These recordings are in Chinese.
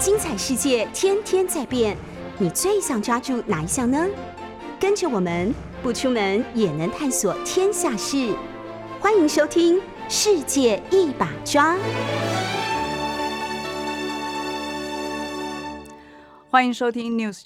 精彩世界天天在变，你最想抓住哪一项呢？跟着我们不出门也能探索天下事，欢迎收听《世界一把抓》。 欢迎收听 News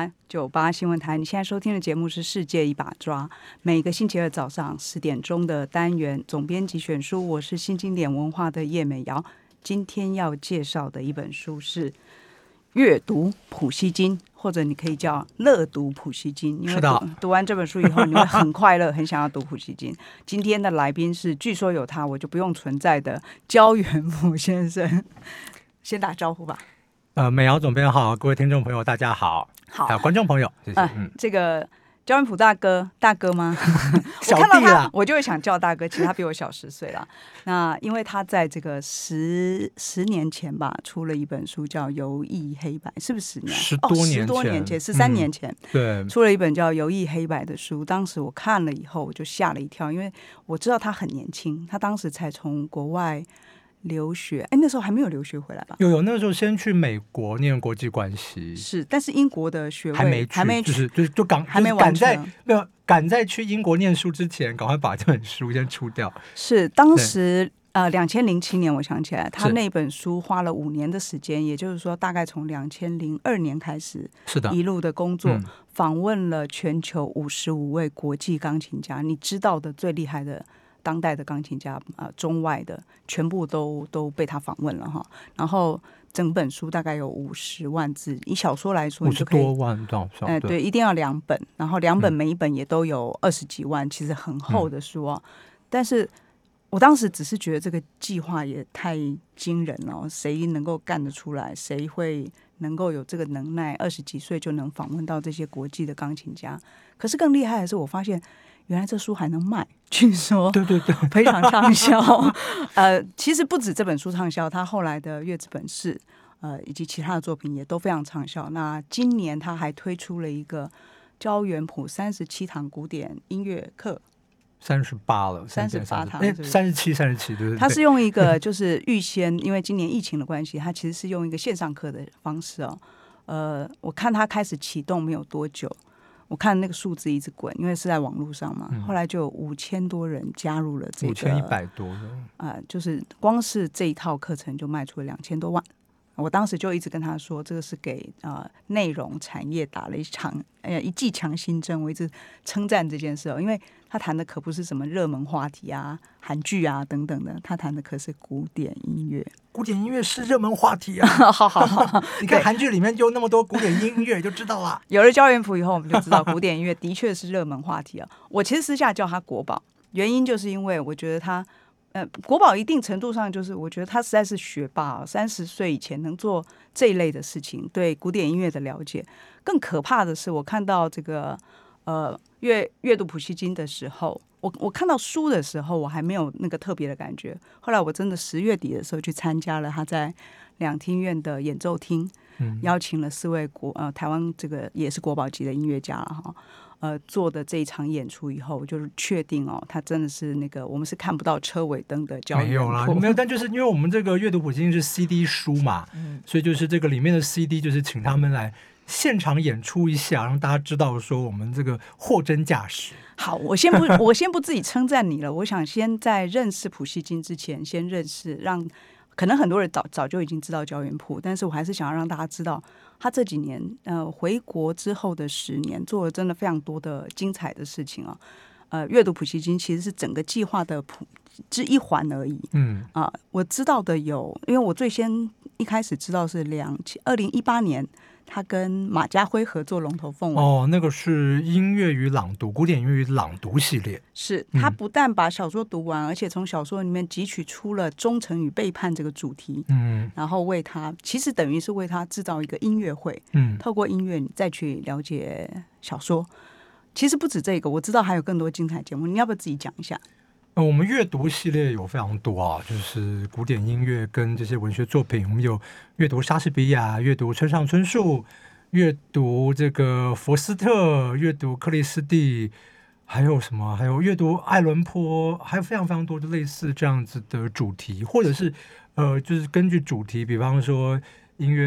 98新闻台。你现在收听的节目是《世界一把抓》，每个星期二早上10点钟的单元总编辑选书，我是新经典文化的叶美瑶。今天要介绍的一本书是《阅读普希金》，或者你可以叫乐读普希金，因为读完这本书以后，你会很快乐，很想要读普希金。今天的来宾是据说有他我就不用存在的焦元溥先生，先打招呼吧。 美瑶总编好，各位听众朋友大家好， 好， 还有观众朋友，谢谢。 这个焦元溥大哥吗？ 小弟我看到他，我就会想叫大哥，其实他比我小10岁了。那因为他在这个十年前吧，出了一本书叫《游艺黑白》，是不是10年？10多年前，13年前， 对， 出了一本叫《游艺黑白》的书。当时我看了以后，我就吓了一跳，因为我知道他很年轻，他当时才从国外留学，那时候还没有留学回来吧？ 有，那时候先去美国念国际关系， 是，但是英国的学位还没去， 还没完成， 赶在去英国念书之前，赶快把这本书先出掉。 是，当时2007年，我想起来，他那本书花了5年的时间，也就是说，大概从2002年开始， 是的， 一路的工作，访问了全球55位国际钢琴家，你知道的最厉害的当代的钢琴家，中外的全部都被他访问了哈。然后整本书大概有50万字，以小说来说，你就可以 50多万多少？ 对，一定要2本，然后2本每一本也都有20几万，其实很厚的书哦。但是我当时只是觉得这个计划也太惊人了，谁能够干得出来？谁会能够有这个能耐？20几岁就能访问到这些国际的钢琴家？可是更厉害的是，我发现原来这书还能卖，据说对非常畅销。其实不止这本书畅销，他后来的《月之本事》以及其他的作品也都非常畅销。那今年他还推出了一个焦元溥37堂古典音乐课。 38了 ，38堂 ，37，对。 他是用一个就是预先，因为今年疫情的关系，他其实是用一个线上课的方式哦。我看他开始启动没有多久，我看那个数字一直滚，因为是在网络上嘛。后来就有5000多人加入了这个 5100多人， 就是光是这一套课程就卖出了2000多万。我当时就一直跟他说，这个是给内容产业打了一剂强心针。我一直称赞这件事因为他谈的可不是什么热门话题啊、韩剧啊等等的，他谈的可是古典音乐。 古典音乐是热门话题啊！ 好， 你看韩剧里面就那么多古典音乐，就知道了。 有了焦元溥以后，我们就知道古典音乐的确是热门话题啊。我其实私下叫他国宝，原因就是因为我觉得他。国宝一定程度上就是，我觉得他实在是学霸30岁以前能做这一类的事情，对古典音乐的了解。更可怕的是，我看到这个阅读普希金的时候，我看到书的时候，我还没有那个特别的感觉。后来我真的10月底的时候去参加了他在两厅院的演奏厅，邀请了4位台湾这个也是国宝级的音乐家了哈。做的这一场演出以后，就是确定他真的是那个我们是看不到车尾灯的焦元溥。 没有啦，没有，但就是因为我们这个阅读普希金是 CD 书嘛，所以就是这个里面的 CD 就是请他们来现场演出一下，让大家知道说我们这个货真价实。 好，我先不自己称赞你了，我想先在认识普希金之前，先认识可能很多人早就已经知道焦元溥，但是我还是想要让大家知道，他这几年回国之后的10年，做了真的非常多的精彩的事情阅读普希金其实是整个计划的之一环而已。我知道的有，因为我最先一开始知道是2018年。他跟马家辉合作《龙头凤尾》 那个是音乐与朗读，古典音乐与朗读系列。 是他不但把小说读完，而且从小说里面汲取出了忠诚与背叛这个主题，然后为他其实等于是为他制造一个音乐会，透过音乐你再去了解小说。其实不止这个，我知道还有更多精彩节目，你要不要自己讲一下？ 我们阅读系列有非常多啊，就是古典音乐跟这些文学作品，我们有阅读莎士比亚，阅读村上春树，阅读这个佛斯特，阅读克里斯蒂，还有什么？还有阅读爱伦坡，还有非常非常多的类似这样子的主题，或者是就是根据主题，比方说音乐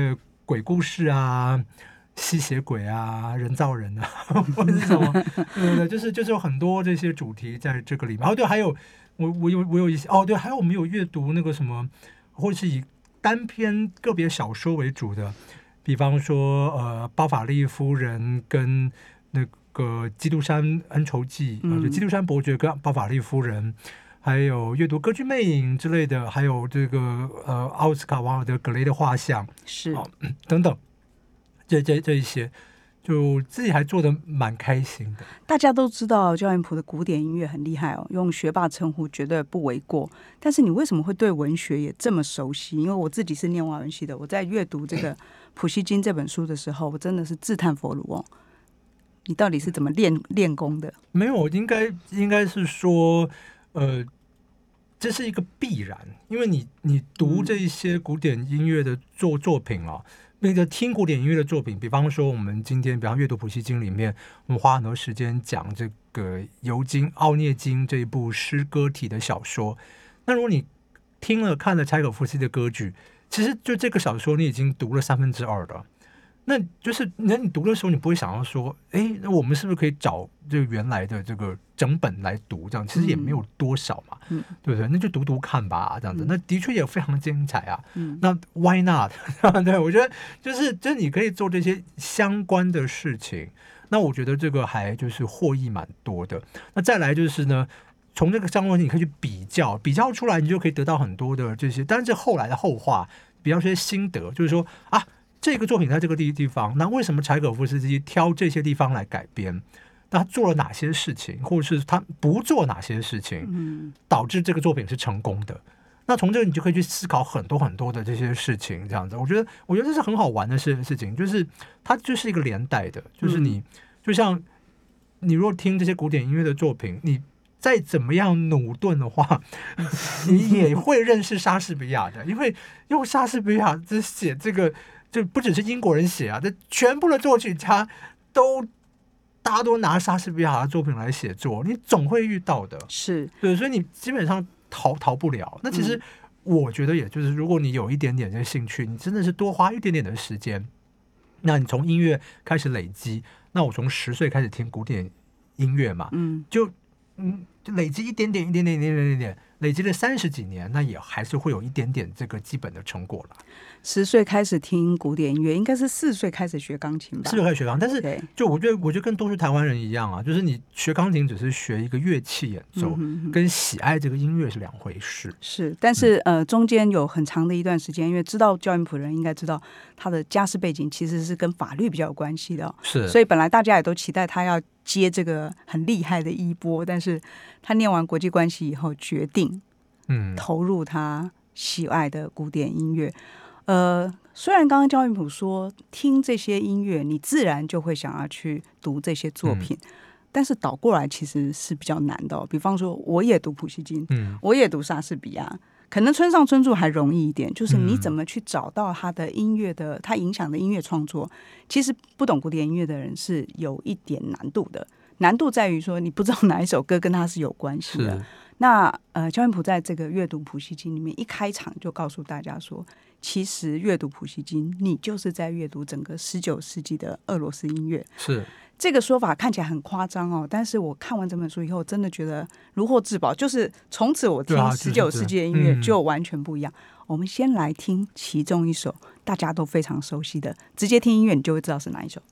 鬼故事啊、吸血鬼啊、人造人啊，或者是什么，对，就是有很多这些主题在这个里面。对，还有我有一些对，还有我们有阅读那个什么，或者是以单篇个别小说为主的，比方说包法利夫人跟那个基督山恩仇记就基督山伯爵跟包法利夫人。还有阅读歌剧魅影之类的，还有这个奥斯卡王尔德格雷的画像是等等，这一些，就自己还做得蛮开心的。 大家都知道焦元溥的古典音乐很厉害哦，用学霸称呼绝对不为过。但是你为什么会对文学也这么熟悉？因为我自己是念外文系的，我在阅读这个《普希金》这本书的时候，我真的是自叹佛鲁哦。你到底是怎么练功的？ 没有，应该是说，这是一个必然，因为你读这一些古典音乐的作品啊，那个听古典音乐的作品，比方说我们今天，比方阅读普希金里面，我们花很多时间讲这个尤金·奥涅金这一部诗歌体的小说。那如果你听了看了柴可夫斯基的歌剧，其实就这个小说你已经读了2/3了。那就是你读的时候，你不会想要说，那我们是不是可以找这个原来的这个整本来读？这样其实也没有多少嘛，对不对？那就读读看吧，这样子。那的确也非常精彩啊。那 why not？ 对，我觉得就是你可以做这些相关的事情。那我觉得这个还就是获益蛮多的。那再来就是呢，从这个相关你可以去比较出来，你就可以得到很多的这些。但是这后来的后话，比方说心得，就是说啊。这个作品在这个地方，那为什么柴可夫斯基挑这些地方来改编？那他做了哪些事情，或者是他不做哪些事情，导致这个作品是成功的？那从这个你就可以去思考很多很多的这些事情，这样子，我觉得这是很好玩的事情，就是它就是一个连带的，就是你就像你如果听这些古典音乐的作品，你再怎么样努顿的话，你也会认识莎士比亚的，因为用莎士比亚这写这个。就不只是英国人写啊，这全部的作曲家大家都拿莎士比亚的作品来写作，你总会遇到的， 是对，所以你基本上逃不了。那其实我觉得，也就是如果你有一点点的兴趣，你真的是多花一点点的时间，那你从音乐开始累积。那我从10岁开始听古典音乐嘛，就累积一点点，累积了30几年，那也还是会有一点点这个基本的成果了。 10岁开始听古典音乐，应该是4岁开始学钢琴吧？4岁开始学钢琴，但是就我觉得跟多数台湾人一样啊，就是你学钢琴只是学一个乐器演奏，跟喜爱这个音乐是两回事。 是，但是中间有很长的一段时间，因为知道焦元溥人应该知道他的家世背景其实是跟法律比较有关系的， 是， 所以本来大家也都期待他要接这个很厉害的衣钵，但是他念完国际关系以后决定投入他喜爱的古典音乐。虽然刚刚焦元溥说听这些音乐你自然就会想要去读这些作品，但是倒过来其实是比较难的比方说我也读普希金，我也读莎士比亚，可能村上春树还容易一点，就是你怎么去找到他的音乐的他影响的音乐创作，其实不懂古典音乐的人是有一点难度的。难度在于说你不知道哪一首歌跟他是有关系的。那焦元溥在这个阅读普希金里面一开场就告诉大家说，其实阅读普希金你就是在阅读整个19世纪的俄罗斯音乐。 是这个说法看起来很夸张但是我看完这本书以后真的觉得如获至宝，就是从此我听19世纪的音乐就完全不一样。我们先来听其中一首大家都非常熟悉的，直接听音乐你就会知道是哪一首。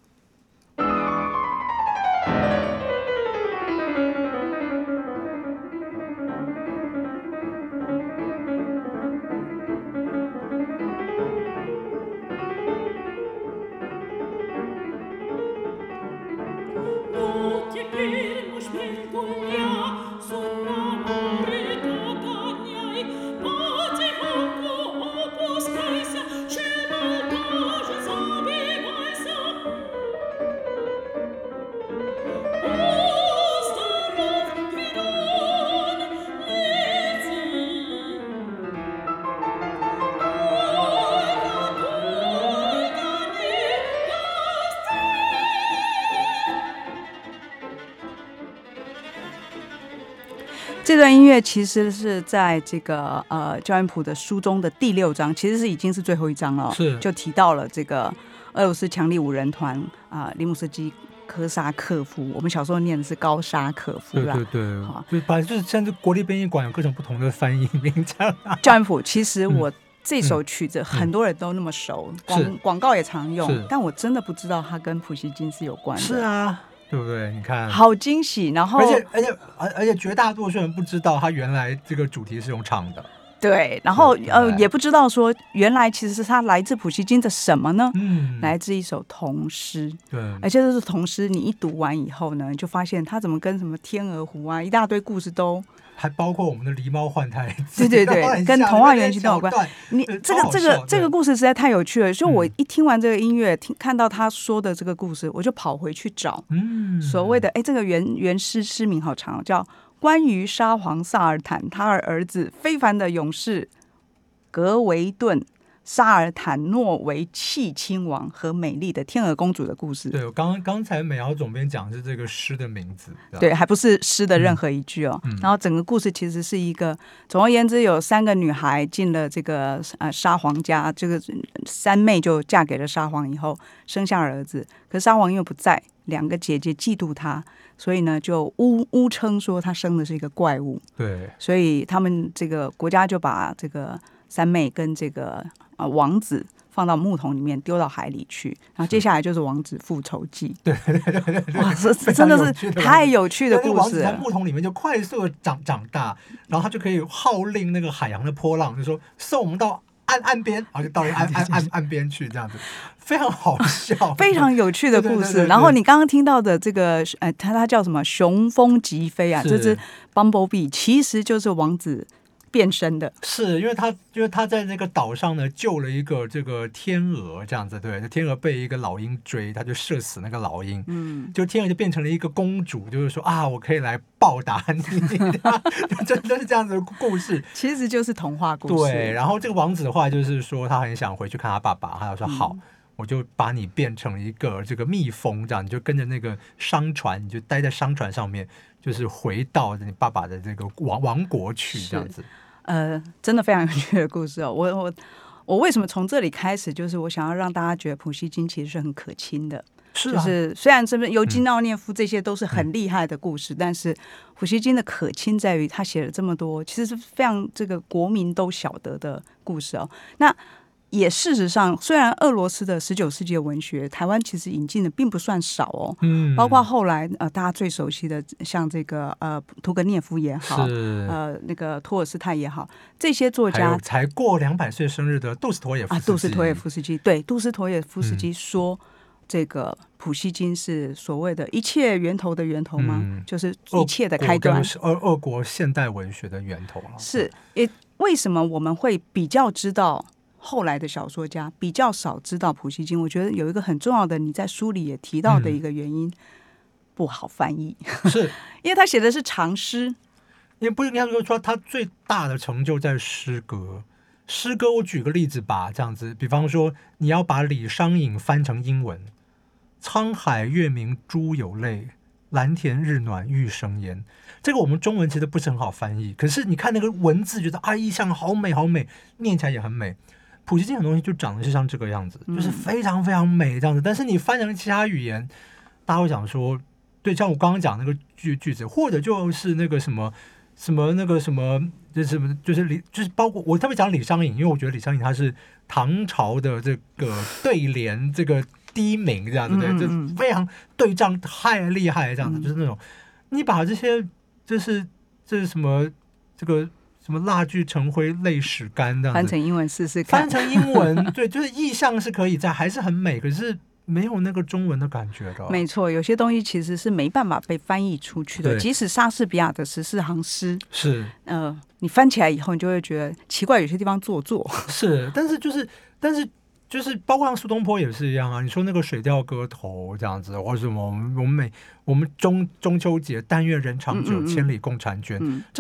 这段音乐其实是在这个焦元溥的书中的第6章，其实是已经是最后一章了， 是就提到了这个俄罗斯强力五人团里姆斯基科沙科夫，我们小时候念的是高沙可夫啦。 对，就反正就是像是国立编译馆有各种不同的翻译名这样。 焦元溥其实我这首曲子很多人都那么熟，广告也常用，但我真的不知道它跟普希金是有关的。 是啊，对不对？你看， 好惊喜。然后而且绝大多数人不知道他原来这个主题是用唱的。 对，然后也不知道说原来其实是他来自普希金的什么呢？来自一首童诗。 对， 而且这是童诗，你一读完以后呢，你就发现他怎么跟什么天鹅湖啊一大堆故事都。 还包括我们的狸猫换太子，对，跟童话园区都有关。你这个故事实在太有趣了，所以我一听完这个音乐，看到他说的这个故事，我就跑回去找。所谓的这个原诗名好长，叫关于沙皇萨尔坦他儿子非凡的勇士格维顿沙尔坦诺维契亲王和美丽的天鹅公主的故事。 对，我刚才美瑶总编讲的是这个诗的名字， 对，还不是诗的任何一句哦。然后整个故事其实是一个，总而言之，有3个女孩进了这个沙皇家，这个3妹就嫁给了沙皇以后生下儿子，可是沙皇因为不在，2个姐姐嫉妒她，所以呢就诬称说她生的是一个怪物。 对， 所以他们这个国家就把这个3妹跟这个王子放到木桶里面丢到海里去，然后接下来就是王子复仇记。 对， 哇，这真的是太有趣的故事了。 王子在木桶里面就快速的长大，然后他就可以号令那个海洋的波浪，就说送我们到岸边，然后就到了岸边去，这样子非常好笑， 非常有趣的故事。 对， 然后你刚刚听到的这个它叫什么？雄风疾飞啊，这只 Bumblebee 其实就是王子变身的。 是因为他在那个岛上呢救了一个这个天鹅，这样子，对，天鹅被一个老鹰追，他就射死那个老鹰，就天鹅就变成了一个公主，就是说我可以来报答你，真的是这样子的故事， 其实就是童话故事。 对，然后这个王子的话就是说他很想回去看他爸爸，他就说好。我就把你变成一个这个蜜蜂，这样你就跟着那个商船，你就待在商船上面，就是回到你爸爸的这个王国去，这样子。 真的非常有趣的故事哦。我为什么从这里开始，就是我想要让大家觉得普希金其实是很可亲的。就是虽然尤金奥涅夫这些都是很厉害的故事，但是普希金的可亲在于他写了这么多，其实是非常这个国民都晓得的故事哦。那也事实上，虽然俄罗斯的19世纪的文学，台湾其实引进的并不算少哦。包括后来大家最熟悉的，像这个屠格涅夫也好，那个托尔斯泰也好，这些作家， 还有才过200岁生日的杜斯妥也夫斯基， 杜斯妥也夫斯基，对，杜斯妥也夫斯基说，这个普希金是所谓的一切源头的源头吗？就是一切的开端， 是俄国现代文学的源头。 是，为什么我们会比较知道？后来的小说家比较少知道普希金，我觉得有一个很重要的，你在书里也提到的一个原因，不好翻译， 是因为他写的是长诗， 也不应该说他最大的成就在诗歌。诗歌，我举个例子吧，这样子，比方说你要把李商隐翻成英文，沧海月明珠有泪，蓝田日暖玉生烟。这个我们中文其实不是很好翻译，可是你看那个文字，觉得意象好美好美，念起来也很美。普希金很多东西就长得是像这个样子，就是非常非常美这样子。但是你翻成其他语言，大家会想说，对，像我刚刚讲那个句子，或者就是那个什么那个什么，就是包括我特别讲李商隐，因为我觉得李商隐他是唐朝的这个对联这个第一名这样子，对，就非常对仗太厉害这样子，就是那种你把这些这是什么这个。什么蜡炬成灰泪始干这样子， 翻成英文试试看。 翻成英文，对，就是意象是可以在，还是很美，可是没有那个中文的感觉的。 没错，有些东西其实是没办法被翻译出去的。即使莎士比亚的14行诗， 是你翻起来以后，你就会觉得奇怪，有些地方做作。 是，但是就是包括像苏东坡也是一样啊。你说那个《水调歌头》这样子，或者什么我们中秋节但愿人长久，千里共婵娟，这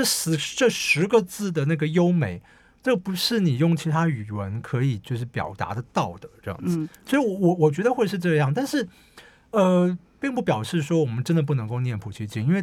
10个字的那个优美，这个不是你用其他语文可以就是表达得到的这样子。所以我觉得会是这样，但是并不表示说我们真的不能够念普希金，因为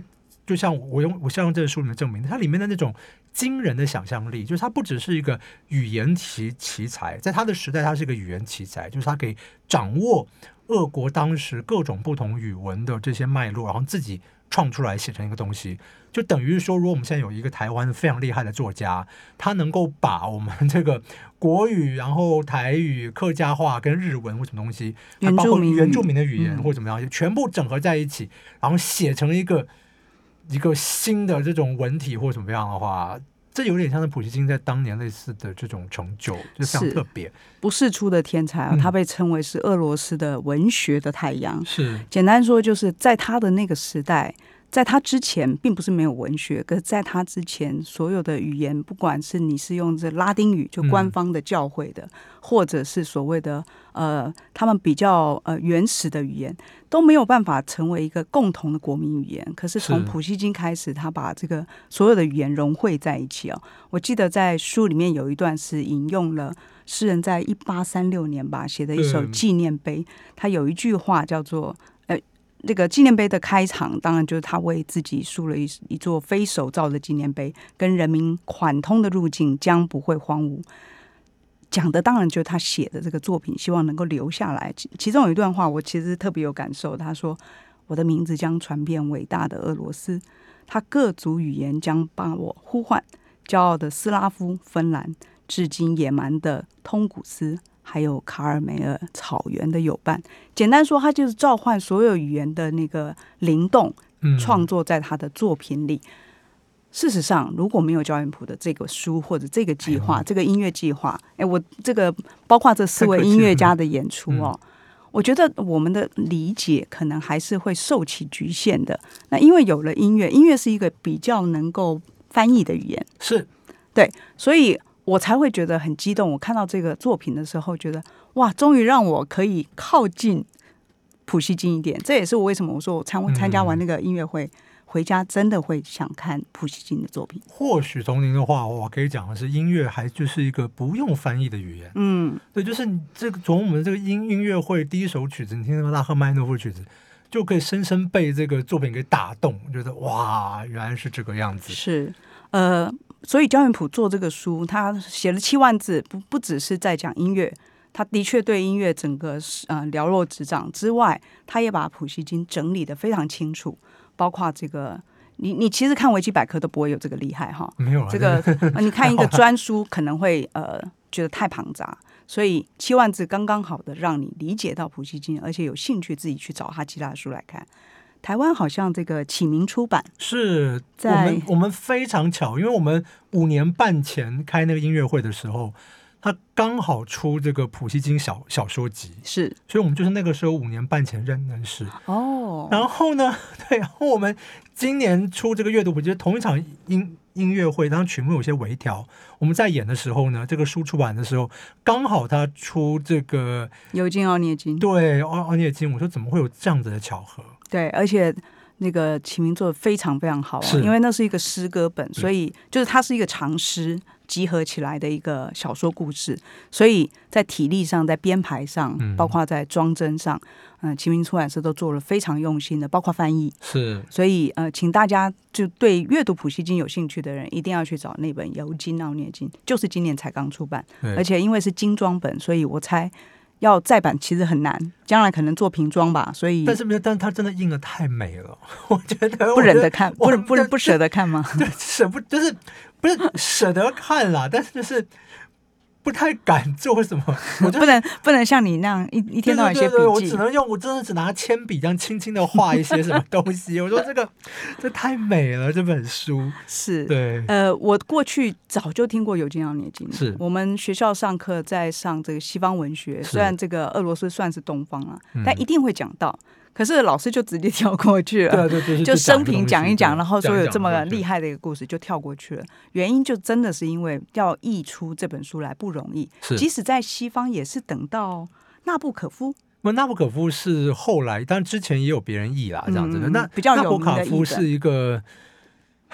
就像我用这个书里面证明，它里面的那种惊人的想象力，就是它不只是一个语言奇才，在他的时代，他是一个语言奇才，就是他可以掌握俄国当时各种不同语文的这些脉络，然后自己创出来写成一个东西。就等于说，如果我们现在有一个台湾非常厉害的作家，他能够把我们这个国语，然后台语、客家话跟日文或什么东西，还包括原住民的语言或怎么样，全部整合在一起，然后写成一个新的这种文体或怎么样的话，这有点像是普希金在当年类似的这种成就，就非常特别。 不世出的天才他被称为是俄罗斯的文学的太阳。 是， 简单说就是在他的那个时代，在他之前并不是没有文学，可是在他之前所有的语言，不管是你是用这拉丁语就官方的教会的，或者是所谓的他们比较原始的语言，都没有办法成为一个共同的国民语言。可是从普希金开始，他把这个所有的语言融汇在一起哦。我记得在书里面有一段是引用了诗人在1836年吧写的一首纪念碑，他有一句话叫做这个纪念碑的开场，当然就是他为自己塑了一座非手造的纪念碑，跟人民缓通的路径将不会荒芜。讲的当然就是他写的这个作品，希望能够留下来。其中有一段话，我其实特别有感受。他说：“我的名字将传遍伟大的俄罗斯，他各族语言将把我呼唤，骄傲的斯拉夫、芬兰，至今野蛮的通古斯。”还有卡尔梅尔草原的友伴，简单说，他就是召唤所有语言的那个灵动，创作在他的作品里。事实上，如果没有焦元溥的这个书或者这个计划，这个音乐计划，我这个包括这4位音乐家的演出哦，我觉得我们的理解可能还是会受其局限的。那因为有了音乐，音乐是一个比较能够翻译的语言， 是对，所以我才会觉得很激动。我看到这个作品的时候，觉得哇，终于让我可以靠近普希金一点。这也是我为什么我说我参加完那个音乐会，回家真的会想看普希金的作品。 或许从您的话，我可以讲的是，音乐还就是一个不用翻译的语言。对，就是这个从我们这个音乐会第一首曲子，你听那个拉赫曼诺夫曲子，就可以深深被这个作品给打动，觉得哇，原来是这个样子。 是，所以焦元溥做这个书，他写了7万字，不只是在讲音乐，他的确对音乐整个了若指掌之外，他也把普希金整理得非常清楚，包括这个你其实看维基百科都不会有这个厉害哈， 没有这个你看一个专书可能会觉得太庞杂，所以7万字刚刚好的让你理解到普希金，而且有兴趣自己去找他其他的书来看。台湾好像这个启明出版是我们非常巧，因为我们5年半前开那个音乐会的时候，他刚好出这个普希金小说集， 是， 所以我们就是那个时候5年半前认识哦。 然后呢，对，然后我们今年出这个阅读普希金同一场音乐会，当然曲目有些微调。我们在演的时候呢，这个书出版的时候，刚好他出这个尤金·奥涅金， 对，奥涅金，我说怎么会有这样子的巧合？ 对，而且那个启明做的非常非常好因为那是一个诗歌本，所以就是它是一个长诗集合起来的一个小说故事，所以在体力上、在编排上，包括在装帧上，启明出版社都做了非常用心的，包括翻译。 是， 所以请大家就对阅读普希金有兴趣的人，一定要去找那本《尤金·奥涅金》，就是今年才刚出版，而且因为是精装本，所以我猜要再版其实很难，将来可能做平装吧，所以但是它真的印得太美了，我觉得不忍得看，不舍得看吗？ 对，就是不是舍得看啦，但是就是不太敢做什么，我不能像你那样一天到晚写笔记。 我真的只拿铅笔这样轻轻的画一些什么东西。我说这太美了，这本书是对。 我过去早就听过尤金·奥涅金， 是我们学校上课在上这个西方文学，虽然这个俄罗斯算是东方了，但一定会讲到。可是老师就直接跳过去了， 对， 就生平讲一讲，然后说有这么厉害的一个故事就跳过去了。原因就真的是因为要译出这本书来不容易，即使在西方也是等到纳布可夫。 纳布可夫是后来，但之前也有别人译啦，这样子的。那比较纳有名的译本布可夫是一个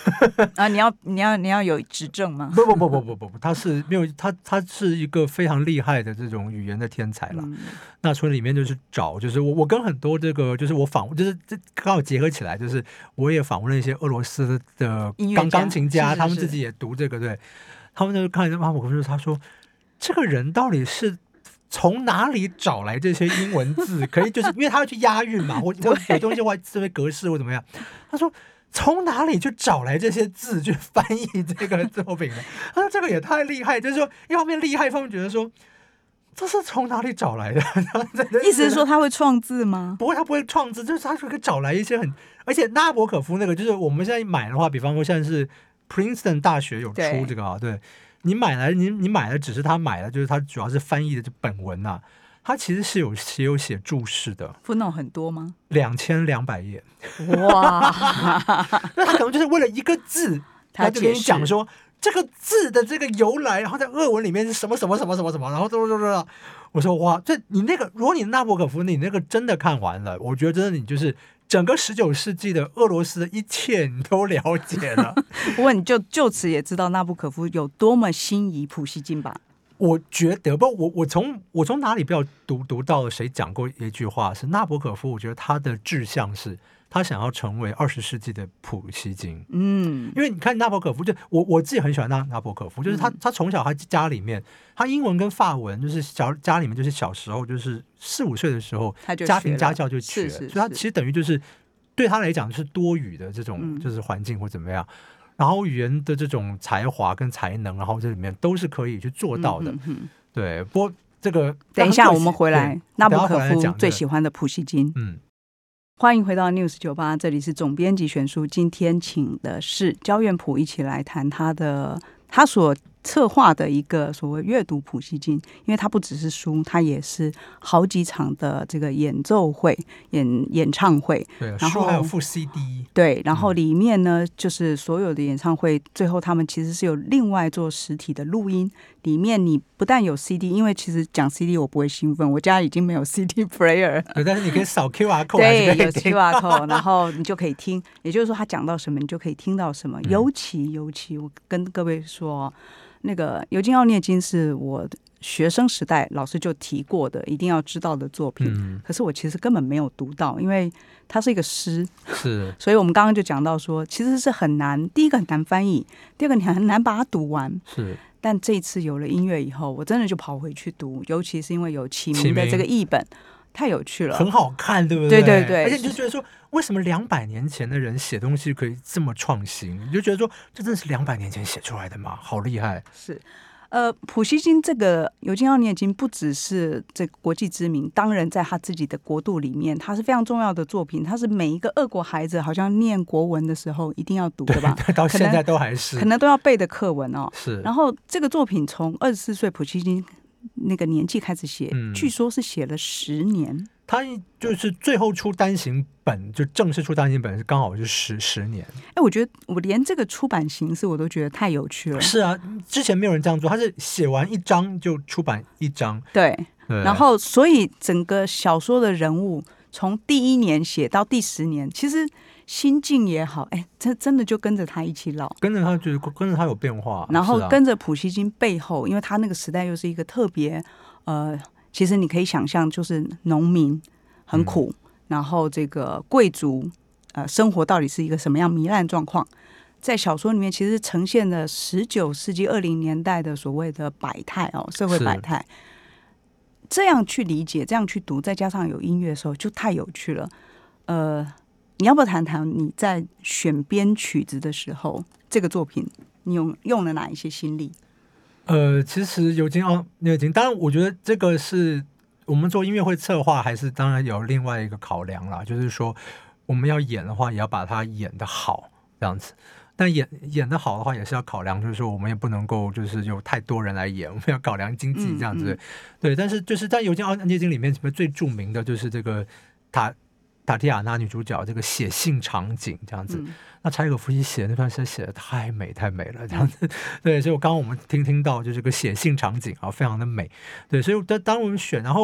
啊，你要有指证吗？ 不，他是没有，他是一个非常厉害的这种语言的天才啦。那从里面就是找，就是我跟很多这个，就是我访问，就是这刚好结合起来，就是我也访问了一些俄罗斯的钢琴家，他们自己也读这个，对，他们就看马可夫，他说这个人到底是从哪里找来这些英文字？可以就是因为他要去押韵嘛，或有东西或这些格式或怎么样？他说从哪里去找来这些字去翻译这个作品的？他说这个也太厉害，就是说一方面厉害，一方面觉得说这是从哪里找来的？ 意思是说他会创字吗？ 不会，他不会创字，就是他可以找来一些很，而且纳博可夫那个就是我们现在买的话，比方说现在是 Princeton 大学有出这个啊，对。你买的只是他买的，就是他主要是翻译的本文啊，他其实是有写注释的。 footnote 很多吗 ？2200页。 哇！ 那他可能就是为了一个字，他就跟你讲说这个字的这个由来，然后在俄文里面是什么什么什么什么什么，然后我说哇，这你那个，如果你纳博可夫你那个真的看完了，我觉得真的你就是整个19世纪的俄罗斯的一切你都了解了。 不过你就此也知道纳博可夫有多么心仪普希金吧？ 我觉得我从哪里不要读到了谁讲过一句话是纳博可夫，我觉得他的志向是他想要成为20世纪的普希金。因为你看纳博可夫，就我自己很喜欢纳博可夫，就是他从小他家里面，他英文跟法文就是家里面就是小时候就是4、5岁的时候，家庭家教就学，所以他其实等于就是对他来讲就是多语的这种就是环境或怎么样。然后语言的这种才华跟才能，然后这里面都是可以去做到的。对，不过这个等一下我们回来，纳博可夫最喜欢的普希金。欢迎回到 News 98，这里是总编辑选书，今天请的是焦元溥一起来谈他所策划的一个所谓阅读普希金，因为它不只是书，它也是好几场的这个演奏会、演唱会。 对，然后书还有附 CD。 对，然后里面呢，就是所有的演唱会，最后他们其实是有另外做实体的录音。里面你不但有 CD， 因为其实讲 CD 我不会兴奋，我家已经没有 CD player。 对，但是你可以扫 QR code， 对，有 QR code， 然后你就可以听。也就是说，他讲到什么，你就可以听到什么。尤其，我跟各位说，那个《尤金·奥涅金》是我学生时代老师就提过的，一定要知道的作品。可是我其实根本没有读到，因为它是一个诗， 是。 所以我们刚刚就讲到说，其实是很难。第一个很难翻译，第二个你很难把它读完。 是。 但这一次有了音乐以后，我真的就跑回去读，尤其是因为有启明的这个译本，太有趣了， 很好看，对不对？ 对对对， 而且你就觉得说，为什么200年前的人写东西可以这么创新？你就觉得说，这真的是200年前写出来的吗？好厉害！ 是。普希金这个尤金·奥涅金不只是这个国际知名，当然在他自己的国度里面，他是非常重要的作品。他是每一个俄国孩子好像念国文的时候一定要读的吧？ 对，到现在都还是， 可能都要背的课文哦。 是。 然后这个作品从24岁普希金那个年纪开始写，据说是写了10年。 他就是最后出单行本，就正式出单行本是刚好是10年。 我觉得我连这个出版形式我都觉得太有趣了。 是啊，之前没有人这样做，他是写完1章就出版1章。 对，然后所以整个小说的人物从第1年写到第10年，其实心境也好，真的就跟着他一起老， 跟着他，就是跟着他有变化， 然后跟着普希金背后，因为他那个时代又是一个特别其实你可以想象，就是农民很苦，然后这个贵族生活到底是一个什么样糜烂状况，在小说里面其实呈现了19世纪20年代的所谓的百态社会百态。这样去理解，这样去读，再加上有音乐的时候，就太有趣了。你要不要谈谈你在选编曲子的时候，这个作品你用了哪一些心力？ 其实尤金·奥涅金，当然我觉得这个是我们做音乐会策划，还是当然有另外一个考量啦，就是说我们要演的话，也要把它演得好这样子。但演得好的话，也是要考量，就是说我们也不能够就是有太多人来演，我们要考量经济这样子。对，但是就是在尤金·奥涅金里面，最著名的就是这个塔提亚娜女主角这个写信场景这样子。那柴可夫斯基写的那段诗写的太美了这样子。对，所以刚刚我们听到就是个写信场景啊，非常的美。对，所以当我们选，然后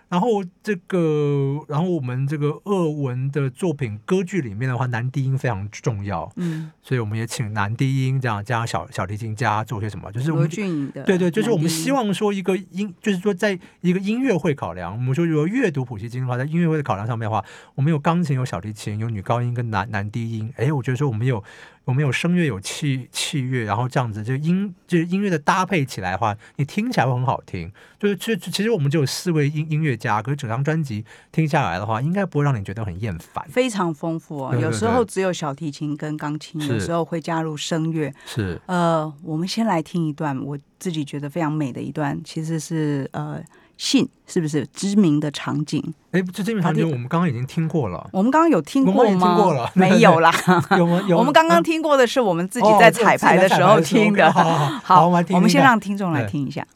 然后我们这个俄文的作品歌剧里面的话，男低音非常重要，所以我们也请男低音这样加上小提琴家做些什么，就是我们罗俊颖的， 对，就是我们希望说就是说在一个音乐会考量，我们说如果阅读普希金的话，在音乐会的考量上面的话，我们有钢琴、有小提琴、有女高音跟男低音，我觉得说我们有声乐有器乐，然后这样子就是音乐的搭配起来的话，你听起来会很好听。其实我们只有4位音乐家，可是整张专辑听下来的话，应该不会让你觉得很厌烦， 非常丰富哦。 对对对， 有时候只有小提琴跟钢琴，有时候会加入声乐。 是我们先来听一段我自己觉得非常美的一段，其实是信是不是知名的场景？ 这知名场景我们刚刚已经听过了。 我们刚刚有听过吗？ 我们也听过了， 没有啦。 有我们刚刚听过的是我们自己在彩排的时候听的。 好，我们先让听众来听一下。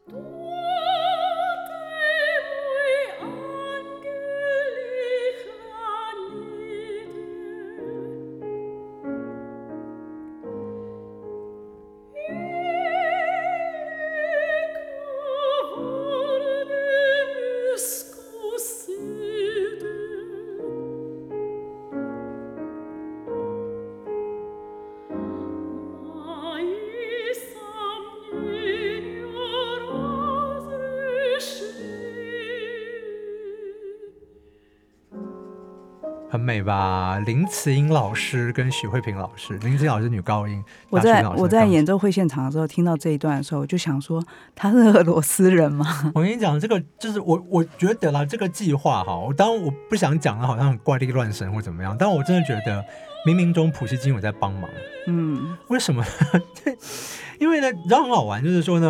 很美吧？林慈英老师跟许慧萍老师，林慈英老师女高音。 我在演奏会现场的时候听到这一段的时候，我就想说，他是俄罗斯人吗？ 我跟你讲，这个就是我觉得啦，这个计划哈，当然我不想讲的好像很怪力乱神或怎么样，但我真的觉得冥冥中普希金有在帮忙。为什么呢？因为呢，你知道很好玩，就是说呢，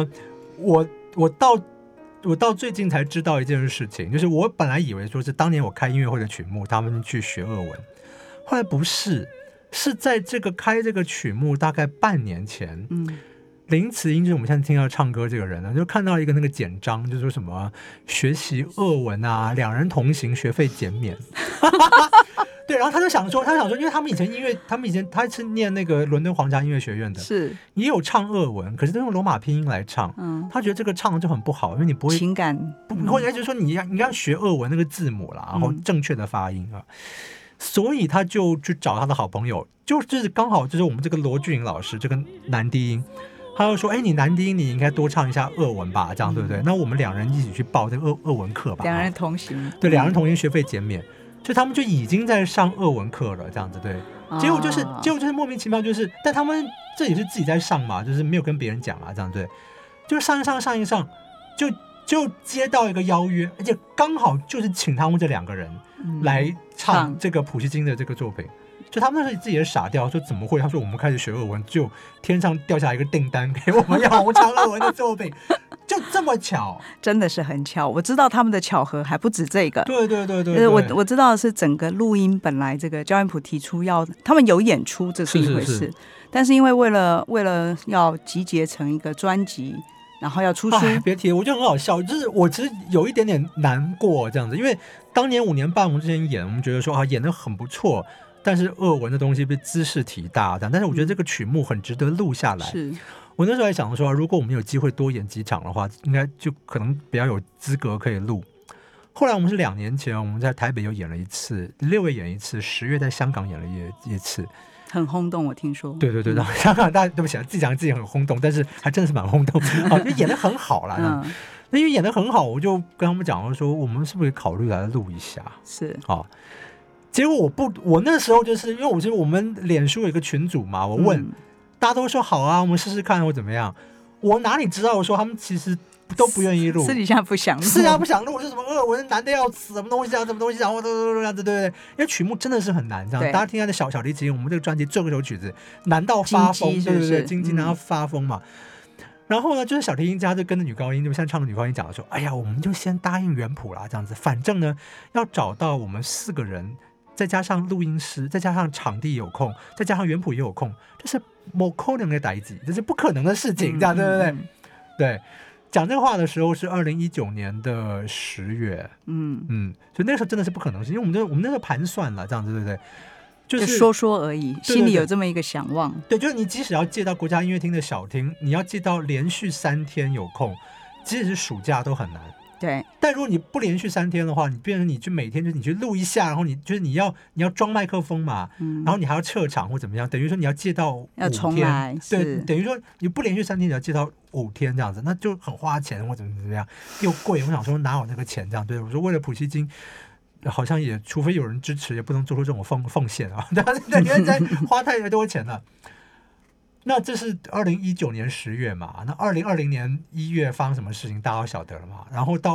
我到最近才知道一件事情，就是我本来以为说是当年我开音乐会的曲目，他们去学俄文，后来不是，是在开这个曲目大概半年前，林慈英就是我们现在听到唱歌这个人呢，就看到一个那个简章，就说什么学习俄文啊，2人同行，学费减免。对，然后他想说，因为他们以前他是念那个伦敦皇家音乐学院的， 是也有唱俄文，可是都用罗马拼音来唱，他觉得这个唱就很不好，因为你不会情感， 或者就是说你要学俄文那个字母啦，然后正确的发音啊，所以他就去找他的好朋友，就是刚好就是我们这个罗俊颖老师，这个男低音。他就说：“你男低音，你应该多唱一下俄文吧，这样对不对？那我们2人一起去报这个俄文课吧。 2人同行， 对，2人同行学费减免，所以他们就已经在上俄文课了，这样子对。结果就是莫名其妙，就是但他们这也是自己在上嘛，就是没有跟别人讲啊，这样对。就上一上，就接到一个邀约，而且刚好就是请他们这2个人来唱这个普希金的这个作品。”就他们那时候自己也傻掉，说怎么会？他说我们开始学俄文，就天上掉下一个订单给我们要我们唱俄文的作品，就这么巧， 真的是很巧。我知道他们的巧合还不止这个。 对， 我知道的是整个录音本来这个焦元溥提出他们有演出，这是一回事，但是因为为了要集结成一个专辑，然后要出书， 别提，我觉得很好笑，就是我其实有一点点难过这样子，因为当年5年半我们之前演，我们觉得说演得很不错。但是俄文的东西被兹事体大，但是我觉得这个曲目很值得录下来。 是我那时候还想说，如果我们有机会多演几场的话，应该就可能比较有资格可以录。后来我们是2年前，我们在台北又演了一次，6月演一次，10月在香港演了一次， 很轰动。我听说， 对，然后香港大家对不起，自己讲自己很轰动，但是还真的是蛮轰动，就演得很好啦。那因为演得很好，我就跟他们讲说，我们是不是考虑来录一下？ 是结果我那时候就是因为我们脸书有一个群组嘛，我问、大家都说好啊，我们试试看或怎么样。我哪里知道，我说他们其实都不愿意录， 私底下不想录， 是什么俄文难的要死，什么东西啊，然后这样子，对，因为曲目真的是很难，这样大家听他的小提琴，我们这个专辑最后一首曲子难到发疯，对，金鸡难到发疯嘛。然后呢，就是小提琴家就跟着女高音，就像唱的女高音讲说，哎呀，我们就先答应原谱啦，这样子，反正呢要找到我们4个人。再加上录音师，再加上场地有空，再加上原谱也有空，这是不可能的代志，这是不可能的事情，这样对不对？对，讲这个话的时候是2019年的10月，所以那个时候真的是不可能，因为我们那时候盘算了，这样子对不对？ 就是说而已，心里有这么一个想望。 对，就是你即使要借到国家音乐厅的小厅，你要借到连续3天有空，即使是暑假都很难。 对， 但如果你不连续3天的话，你变成你就每天你去录一下，然后你要装麦克风嘛，然后你还要撤场或怎么样，等于说你要借到要重 5天， 来， 对，等于说你不连续3天，你要借到5天这样子，那就很花钱或怎么样，又贵。我想说哪有那个钱这样？对我说为了普希金。好像也，除非有人支持，也不能做出这种奉献啊！因为在花太多钱了。那这是2019年10月嘛？那2020年1月发生什么事情，大家都晓得了嘛？然后到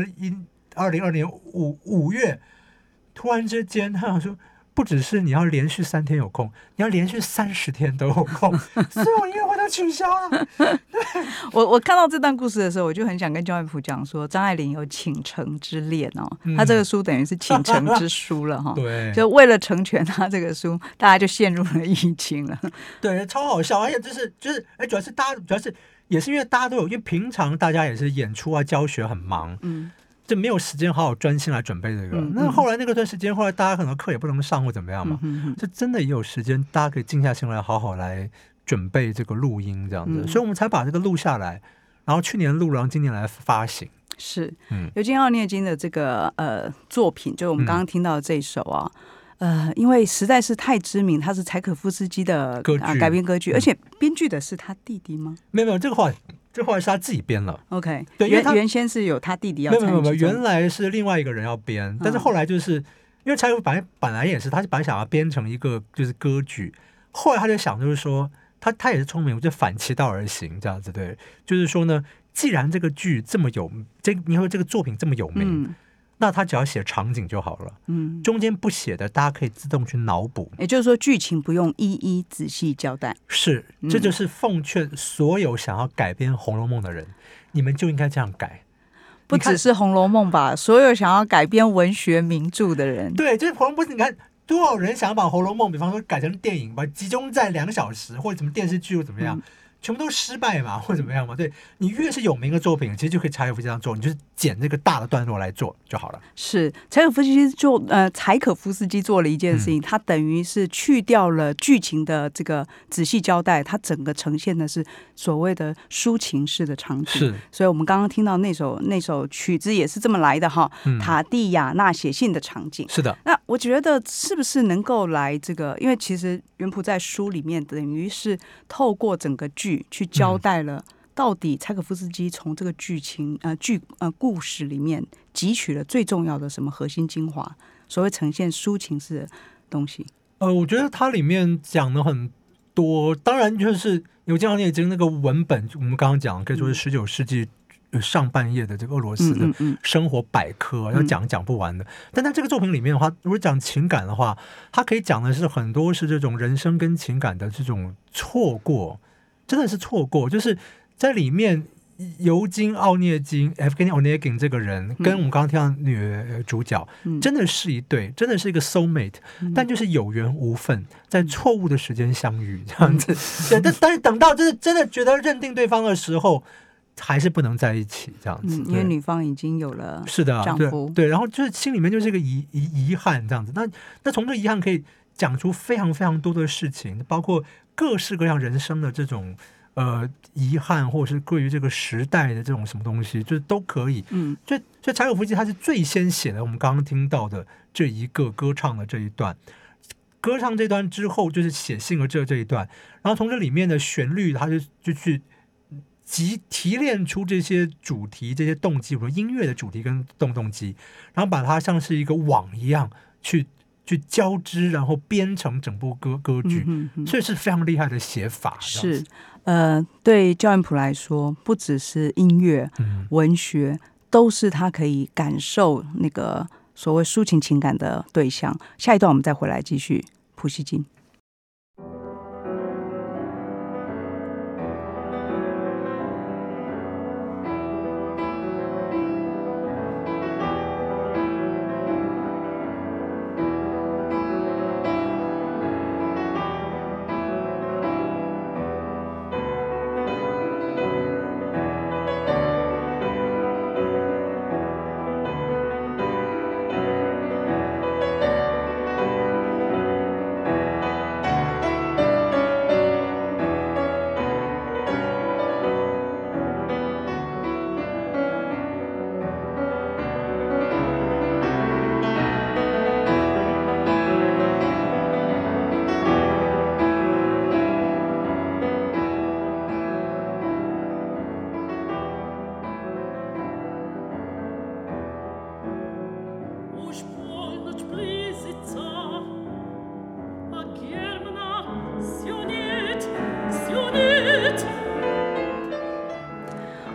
2020年5月，突然之间，他想说，不只是你要连续3天有空，你要连续30天都有空，所有音乐会都取消了。 我看到这段故事的时候，我就很想跟焦元溥讲说，张爱玲有倾城之恋哦，他这个书等于是倾城之书了哈。 对， 就为了成全他这个书，大家就陷入了疫情了。 对，超好笑，而且主要是也是因为大家都有，因为平常大家也是演出啊、教学很忙，就没有时间好好专心来准备这个。那后来那个段时间，后来大家可能课也不能上或怎么样嘛，就真的也有时间，大家可以静下心来，好好来准备这个录音这样子，所以我们才把这个录下来，然后去年录，然后今年来发行。 是，尤金·奥涅金的这个作品，就我们刚刚听到的这一首啊。因为实在是太知名，他是柴可夫斯基的改编歌剧，而且编剧的是他弟弟吗？ 没有，这个话是他自己编了。 OK， 对， 原先是有他弟弟要参与， 没有，原来是另外一个人要编，但是后来就是因为柴可夫本来也是，他本来想要编成一个就是歌剧，后来他就想就是说，他也是聪明，就反其道而行这样子，对，就是说呢，既然这个剧这么有，你说这个作品这么有名。那他只要写场景就好了，中间不写的，大家可以自动去脑补。 也就是说，剧情不用一一仔细交代。 是，这就是奉劝所有想要改编《红楼梦》的人，你们就应该这样改。 不只是《红楼梦》吧，所有想要改编文学名著的人， 对，就是《红楼梦》，你看多少人想要把《红楼梦》，比方说改成电影，把集中在2小时，或者什么电视剧或怎么样。全部都失败嘛，或怎么样嘛？对，你越是有名的作品，其实就可以柴可夫斯基这样做，你就是剪这个大的段落来做就好了。 是柴可夫斯基做了一件事情，他等于是去掉了剧情的这个仔细交代，他整个呈现的是所谓的抒情式的场景。 是， 所以我们刚刚听到那首曲子也是这么来的哈，塔蒂亚娜写信的场景。 是的， 那我觉得是不是能够来这个？因为其实元溥在书里面等于是透过整个剧去交代了到底柴可夫斯基从这个剧情故事里面汲取了最重要的什么核心精华，所谓呈现抒情式的东西。 我觉得它里面讲了很多，当然就是有这样那个文本，我们刚刚讲可以说是19世纪上半叶的这个俄罗斯的生活百科，要讲不完的。但在这个作品里面的话，如果讲情感的话，它可以讲的是很多是这种人生跟情感的这种错过。真的是错过，就是在里面，尤金·奥涅金 （Evgeny Onegin） 这个人，跟我们刚刚听到女主角，真的是一对，真的是一个 soul mate，但就是有缘无分，在错误的时间相遇这样子。对，但是等到真的觉得认定对方的时候，还是不能在一起这样子， 因为女方已经有了丈夫， 对，然后就是心里面就是一个遗憾这样子。那从这个遗憾可以讲出非常非常多的事情，包括各式各样人生的这种遗憾，或者是对于这个时代的这种什么东西，就是都可以。所以柴可夫斯基他是最先写的我们刚刚听到的这一个歌唱的这一段，歌唱这段之后就是写信的这一段，然后从这里面的旋律，他就去提炼出这些主题、这些动机，比如音乐的主题跟动机，然后把它像是一个网一样去交织，然后编成整部歌剧，所以是非常厉害的写法。 是，对焦元溥来说，不只是音乐、文学，都是他可以感受那个所谓抒情情感的对象。下一段我们再回来继续普希金。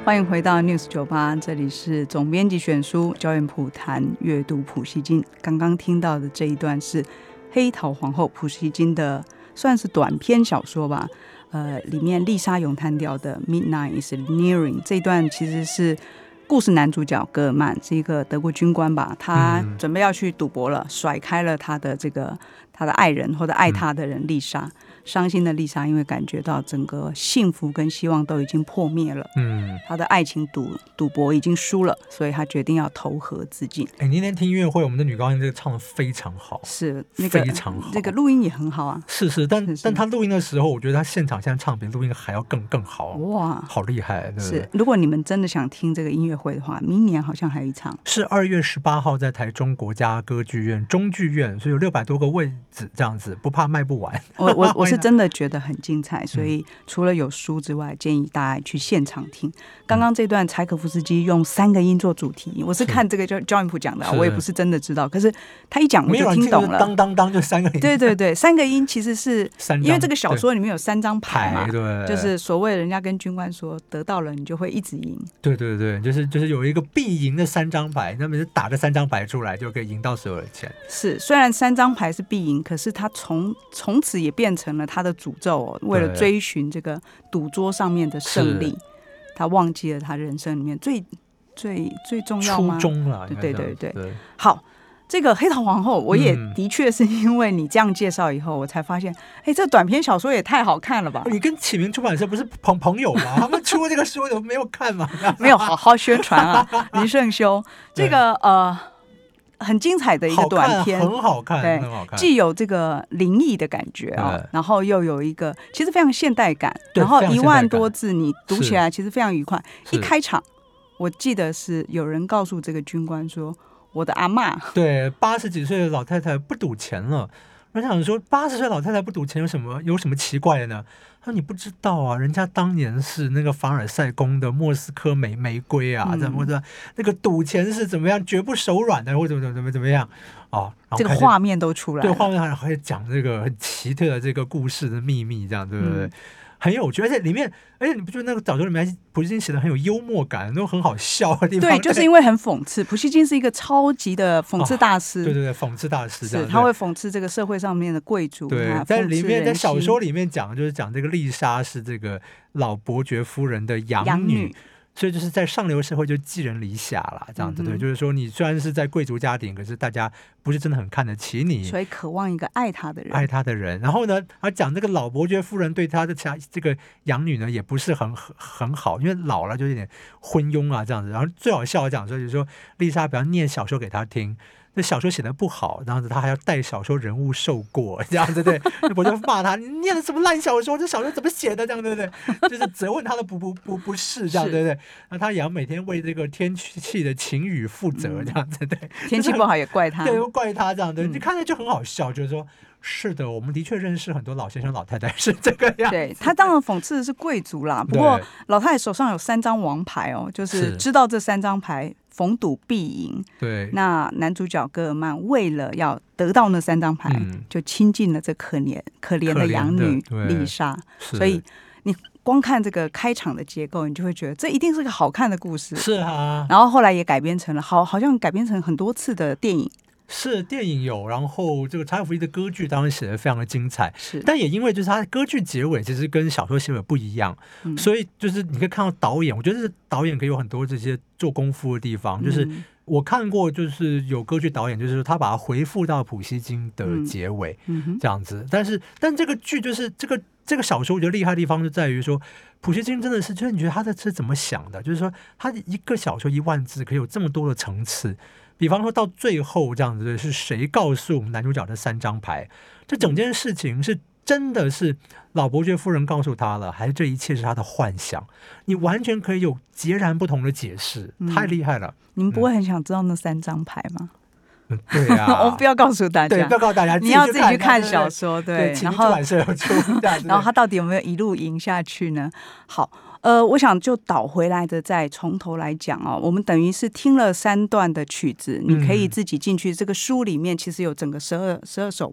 欢迎回到 News 98，这里是总编辑选书焦元溥谈阅读普希金。刚刚听到的这一段是黑桃皇后普希金的算是短篇小说吧，里面丽莎咏叹调的 Midnight is Nearing 这一段其实是故事男主角戈尔曼，是一个德国军官吧，他准备要去赌博了，甩开了他的爱人或者爱他的人丽莎。伤心的丽莎因为感觉到整个幸福跟希望都已经破灭了，她的爱情赌博已经输了，所以她决定要投河自尽。 那天听音乐会，我们的女高音这个唱得非常好， 是那个非常好， 这个录音也很好啊。 是，但她录音的时候，我觉得她现场现在唱比录音还要更好， 哇， 好厉害，对不对？ 是，如果你们真的想听这个音乐会的话，明年好像还有一场， 是2月18号在台中国家歌剧院中剧院，所以有600多个位置，这样子不怕卖不完。 我是真的觉得很精彩，所以除了有书之外，建议大家去现场听。刚刚这段柴可夫斯基用3个音做主题，我是看这个焦元溥讲的，我也不是真的知道，可是他一讲我就听懂了。 当当当就3个音， 对，3个音其实是因为这个小说里面有3张牌嘛， 对， 就是所谓人家跟军官说得到了你就会一直赢，对， 就是有一个必赢的3张牌，那么就打这3张牌出来就可以赢到所有的钱。 是，虽然3张牌是必赢，可是他从此也变成了他的诅咒为了追寻这个赌桌上面的胜利，他忘记了他人生里面最重要吗？ 初衷了， 对。好，这个黑桃皇后，我也的确是因为你这样介绍以后，我才发现，这短篇小说也太好看了吧！ 你跟启明出版社不是朋友吗？他们出这个书，你没有看吗？ 没有好好宣传啊，林胜修这个很精彩的一个短篇， 很好看， 对，既有这个灵异的感觉然后又有一个其实非常现代感，然后1万多字，你读起来其实非常愉快。一开场，我记得是有人告诉这个军官说：“我的阿嬷， 对，80几岁的老太太不赌钱了。”我想说，80岁老太太不赌钱有什么奇怪的呢？他说：“你不知道啊，人家当年是那个凡尔赛宫的莫斯科玫瑰啊，或者那个赌钱是怎么样，绝不手软的，或者怎么样啊。” 这个画面都出来了， 对，画面还会讲这个很奇特的这个故事的秘密，这样对不对？很有趣，而且里面，你不觉得那个小说里面普希金写的很有幽默感，都很好笑的地方？ 对，就是因为很讽刺。普希金是一个超级的讽刺大师， 对，讽刺大师， 是他会讽刺这个社会上面的贵族。 对，在里面在小说里面讲，就是讲这个丽莎是这个老伯爵夫人的养女。所以就是在上流社会就寄人篱下了，这样子对，就是说你虽然是在贵族家庭，可是大家不是真的很看得起你， 所以渴望一个爱他的人。 然后呢，他讲这个老伯爵夫人对他的这个养女呢，也不是很好，因为老了就有点昏庸啊这样子。然后最好笑的讲说，就是说丽莎比方念小说给他听。那小说写的不好，然后他还要带小说人物受过，这样对不对？我就骂他，你念的什么烂小说？这小说怎么写的？这样对不对？就是责问他的不是这样对不对？那他也要每天为这个天气的晴雨负责，这样子对。 天气不好也怪他， 对，怪他这样对。你看着就很好笑，就是说。是的，我们的确认识很多老先生老太太是这个样子。 对，他当然讽刺的是贵族啦，不过老太太手上有3张王牌就是知道这3张牌逢赌必赢。 对， 那男主角戈尔曼为了要得到那3张牌，就亲近了这可怜的养女丽莎，所以你光看这个开场的结构，你就会觉得这一定是个好看的故事。 是啊， 然后后来也改编成了好像改编成很多次的电影。 是电影有，然后这个柴可夫斯基的歌剧当然写得非常的精彩，但也因为就是他的歌剧结尾其实跟小说结尾不一样，所以就是你可以看到导演，我觉得导演可以有很多这些做功夫的地方，就是我看过就是有歌剧导演就是他把它回复到普希金的结尾这样子，但这个剧就是这个小说我觉得厉害的地方就在于说普希金真的是就是你觉得他的是怎么想的，就是说他一个小说1万字可以有这么多的层次。比方说到最后这样子，是谁告诉我们男主角的3张牌？这整件事情是真的是老伯爵夫人告诉他了，还是这一切是他的幻想？你完全可以有截然不同的解释，太厉害了！ 你们不会很想知道那3张牌吗？ 对啊， 我们不要告诉大家， 对，不要告诉大家， 你要自己去看小说，对， 然后出版社有出， 然后他到底有没有一路赢下去呢？好。我想就倒回来的再从头来讲我们等于是听了3段的曲子，你可以自己进去这个书里面，其实有整个12首吧。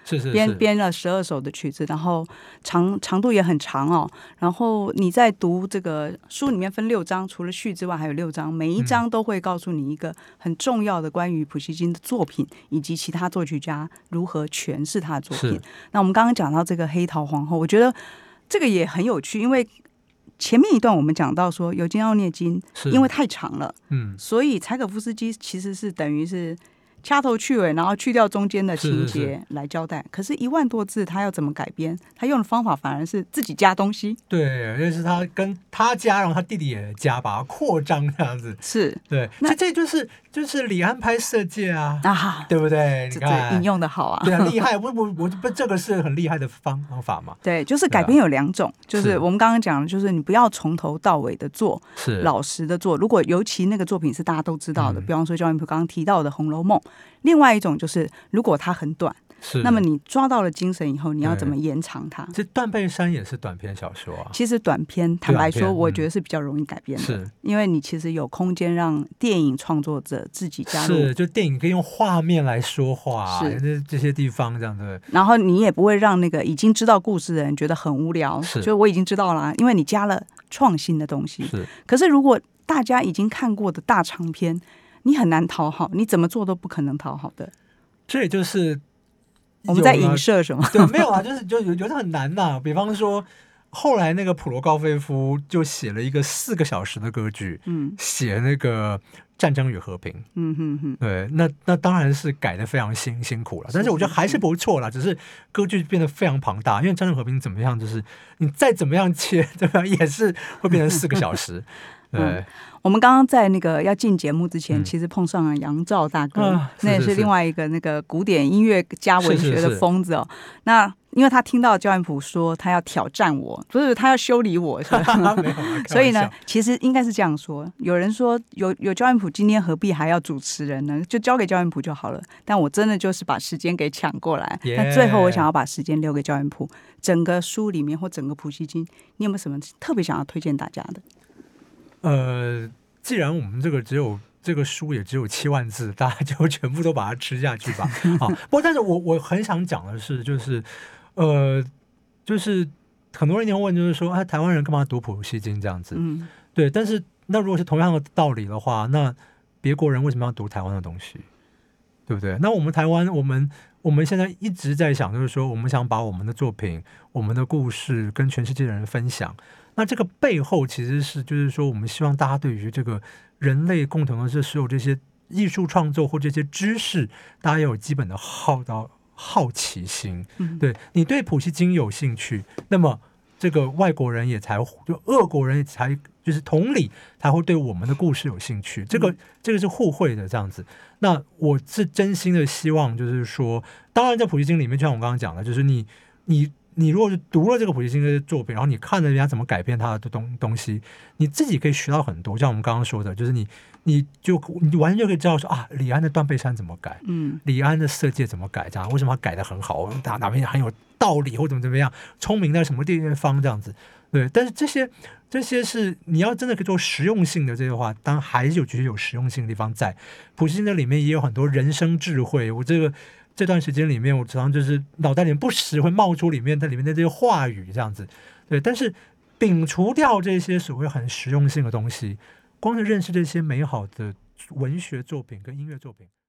编了12首的曲子，然后长度也很长哦。然后你在读这个书里面分6章，除了序之外还有6章，每一章都会告诉你一个很重要的关于普希金的作品，以及其他作曲家如何诠释他的作品。那我们刚刚讲到这个黑桃皇后，我觉得这个也很有趣，因为前面一段我们讲到说尤金奥涅金因为太长了，所以柴可夫斯基其实是等于是掐头去尾，然后去掉中间的情节来交代。可是1万多字，他要怎么改编？他用的方法反而是自己加东西。 对，就是他跟他加，然后他弟弟也加，把它扩张这样子。 是， 对，这就是李安拍《色戒》啊，对不对？你看引用的好啊， 对啊，厉害！我这个是很厉害的方法嘛。 对，就是改编有2种，就是我们刚刚讲的，就是你不要从头到尾的做， 是老实的做。如果尤其那个作品是大家都知道的，比方说焦元溥刚刚提到的《红楼梦》。另外一种就是，如果它很短，那么你抓到了精神以后，你要怎么延长它？ 这《断背山》也是短篇小说啊。 其实短篇，坦白说，我觉得是比较容易改编的， 是因为你其实有空间让电影创作者自己加入。 是，就电影可以用画面来说话，这些地方这样的。 然后你也不会让那个已经知道故事的人觉得很无聊，就我已经知道了，因为你加了创新的东西。 是， 可是如果大家已经看过的大长篇，你很难讨好，你怎么做都不可能讨好的。 这也就是我们在影射什么？ 对，没有啊，就有的很难呐。比方说，后来那个普罗高菲夫就写了一个4个小时的歌剧，写那个战争与和平，对，那当然是改得非常辛苦了，但是我觉得还是不错啦。只是歌剧变得非常庞大，因为战争和平怎么样，就是你再怎么样切，怎么样也是会变成4个小时。对， 我们刚刚在那个要进节目之前，其实碰上了杨照大哥，那也是另外一个那个古典音乐加文学的疯子哦。那因为他听到焦元溥说他要挑战我，不是他要修理我，是所以呢，其实应该是这样说。有人说有焦元溥今天何必还要主持人呢？就交给焦元溥就好了。但我真的就是把时间给抢过来。但最后我想要把时间留给焦元溥。整个书里面或整个普希金，你有没有什么特别想要推荐大家的？ 既然我们这个书也只有7万字，大家就全部都把它吃下去吧。不过但是我很想讲的是，就是很多人一定会问，就是说，台湾人干嘛读普希金这样子？对。但是那如果是同样的道理的话，那别国人为什么要读台湾的东西？对不对？那我们台湾，我们现在一直在想，就是说，我们想把我们的作品、我们的故事跟全世界的人分享。那这个背后其实是，就是说，我们希望大家对于这个人类共同的所有这些艺术创作或这些知识，大家有基本的好奇心。对，你对普希金有兴趣，那么这个外国人也才，就俄国人也才，就是同理，才会对我们的故事有兴趣。这个是互惠的这样子。那我是真心的希望，就是说，当然在普希金里面，就像我刚刚讲的，就是你如果是读了这个普希金的作品，然后你看了人家怎么改编他的东西，你自己可以学到很多。像我们刚刚说的，就是你完全就可以知道说啊，李安的《断背山》怎么改，李安的《色戒》怎么改，这样为什么他改得很好，哪边很有道理，或怎么样，聪明在什么地方这样子。对，但是这些是你要真的可以做实用性的这些话，当然还是有实用性的地方在。普希金的里面也有很多人生智慧，我这段时间里面，我常常就是脑袋里面不时会冒出里面的这些话语这样子。对，但是摒除掉这些所谓很实用性的东西，光是认识这些美好的文学作品跟音乐作品。